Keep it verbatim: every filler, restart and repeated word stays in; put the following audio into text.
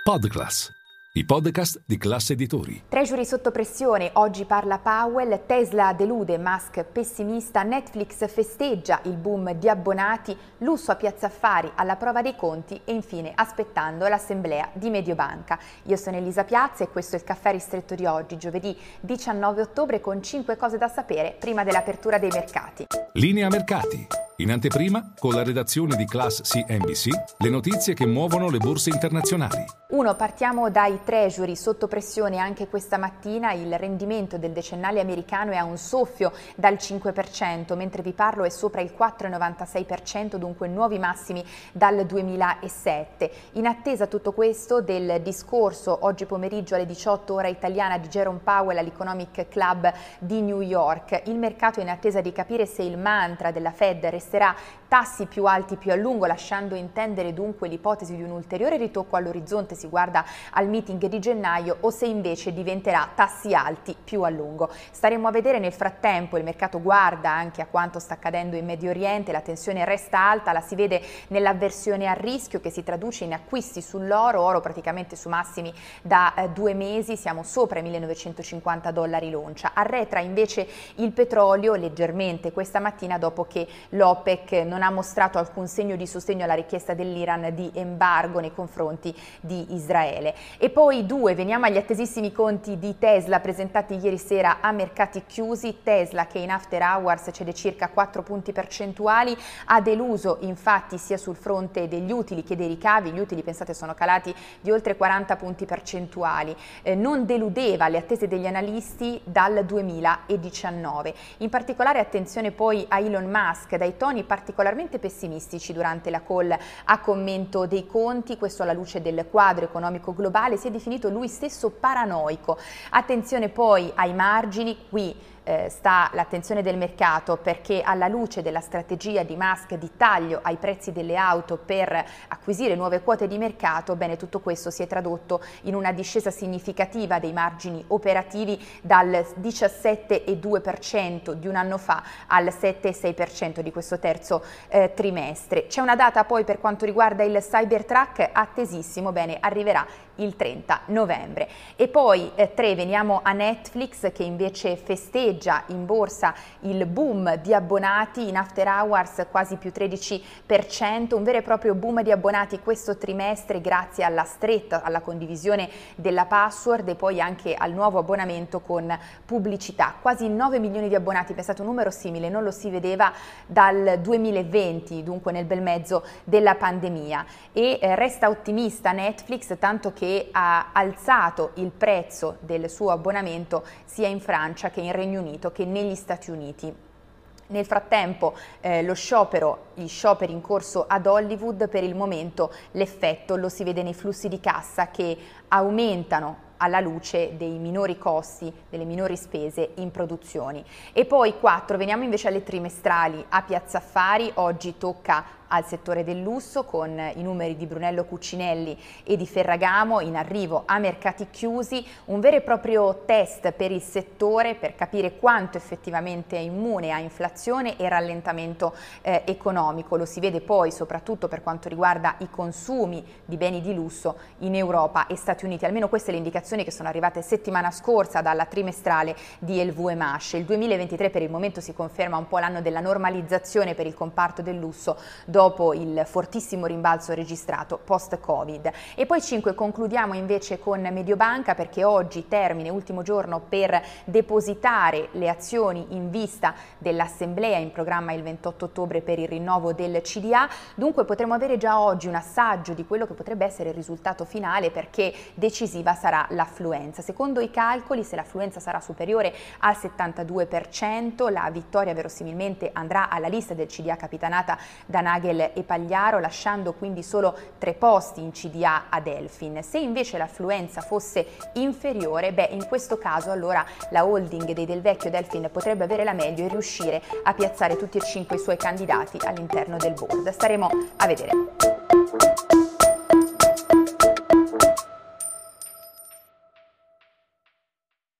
Podclass, i podcast di Class Editori. Treasury sotto pressione, oggi parla Powell, Tesla delude, Musk pessimista, Netflix festeggia il boom di abbonati, lusso a Piazza Affari alla prova dei conti e infine aspettando l'assemblea di Mediobanca. Io sono Elisa Piazza e questo è il caffè ristretto di oggi, giovedì diciannove ottobre, con cinque cose da sapere prima dell'apertura dei mercati. Linea mercati. In anteprima, con la redazione di Class C N B C, le notizie che muovono le borse internazionali. uno. Partiamo dai Treasury sotto pressione anche questa mattina, il rendimento del decennale americano è a un soffio dal cinque per cento, mentre vi parlo è sopra il quattro virgola novantasei per cento, dunque nuovi massimi dal duemilasette. In attesa tutto questo del discorso oggi pomeriggio alle diciotto ora italiana di Jerome Powell all'Economic Club di New York, il mercato è in attesa di capire se il mantra della Fed resterà tassi più alti più a lungo, lasciando intendere dunque l'ipotesi di un ulteriore ritocco all'orizzonte, si guarda al meeting di gennaio, o se invece diventerà tassi alti più a lungo. Staremo a vedere. Nel frattempo il mercato guarda anche a quanto sta accadendo in Medio Oriente, la tensione resta alta, la si vede nell'avversione al rischio che si traduce in acquisti sull'oro, oro praticamente su massimi da eh, due mesi, siamo sopra i millenovecentocinquanta dollari l'oncia. Arretra invece il petrolio leggermente questa mattina dopo che l'OPEC non non ha mostrato alcun segno di sostegno alla richiesta dell'Iran di embargo nei confronti di Israele. E poi due, veniamo agli attesissimi conti di Tesla presentati ieri sera a mercati chiusi. Tesla, che in after hours cede circa quattro punti percentuali, ha deluso infatti sia sul fronte degli utili che dei ricavi. Gli utili, pensate, sono calati di oltre quaranta punti percentuali, eh, non deludeva le attese degli analisti dal duemiladiciannove. In particolare attenzione poi a Elon Musk, dai toni particolarmente pessimistici durante la call a commento dei conti, questo alla luce del quadro economico globale, si è definito lui stesso paranoico. Attenzione poi ai margini, qui Eh, sta l'attenzione del mercato, perché alla luce della strategia di Musk di taglio ai prezzi delle auto per acquisire nuove quote di mercato, bene, tutto questo si è tradotto in una discesa significativa dei margini operativi dal diciassette virgola due per cento di un anno fa al sette virgola sei per cento di questo terzo eh, trimestre. C'è una data poi per quanto riguarda il Cybertruck attesissimo, bene, arriverà il trenta novembre. E poi eh, tre, veniamo a Netflix, che invece festeggia in borsa il boom di abbonati, in after hours quasi più tredici per cento, un vero e proprio boom di abbonati questo trimestre grazie alla stretta, alla condivisione della password e poi anche al nuovo abbonamento con pubblicità. Quasi nove milioni di abbonati, pensate, un numero simile non lo si vedeva dal duemilaventi, dunque nel bel mezzo della pandemia. E eh, resta ottimista Netflix, tanto che ha alzato il prezzo del suo abbonamento sia in Francia che in Regno Unito che negli Stati Uniti. Nel frattempo eh, lo sciopero, gli scioperi in corso ad Hollywood, per il momento l'effetto lo si vede nei flussi di cassa che aumentano alla luce dei minori costi, delle minori spese in produzioni. E poi quattro, veniamo invece alle trimestrali a Piazza Affari. Oggi tocca al settore del lusso con i numeri di Brunello Cucinelli e di Ferragamo in arrivo a mercati chiusi, un vero e proprio test per il settore per capire quanto effettivamente è immune a inflazione e rallentamento eh, economico. Lo si vede poi soprattutto per quanto riguarda i consumi di beni di lusso in Europa e Stati Uniti, almeno queste le indicazioni che sono arrivate settimana scorsa dalla trimestrale di L V M H. Il duemilaventitré per il momento si conferma un po' l'anno della normalizzazione per il comparto del lusso dopo il fortissimo rimbalzo registrato post-Covid. E poi cinque, concludiamo invece con Mediobanca, perché oggi termine, ultimo giorno per depositare le azioni in vista dell'assemblea in programma il ventotto ottobre per il rinnovo del C D A. Dunque potremo avere già oggi un assaggio di quello che potrebbe essere il risultato finale, perché decisiva sarà l'affluenza. Secondo i calcoli, se l'affluenza sarà superiore al settantadue per cento, la vittoria verosimilmente andrà alla lista del C D A capitanata da Nagel e Pagliaro, lasciando quindi solo tre posti in C D A ad Elfin. Se invece l'affluenza fosse inferiore, beh, in questo caso allora la holding dei Del Vecchio ed Elfin potrebbe avere la meglio e riuscire a piazzare tutti e cinque i suoi candidati all'interno del board. Staremo a vedere.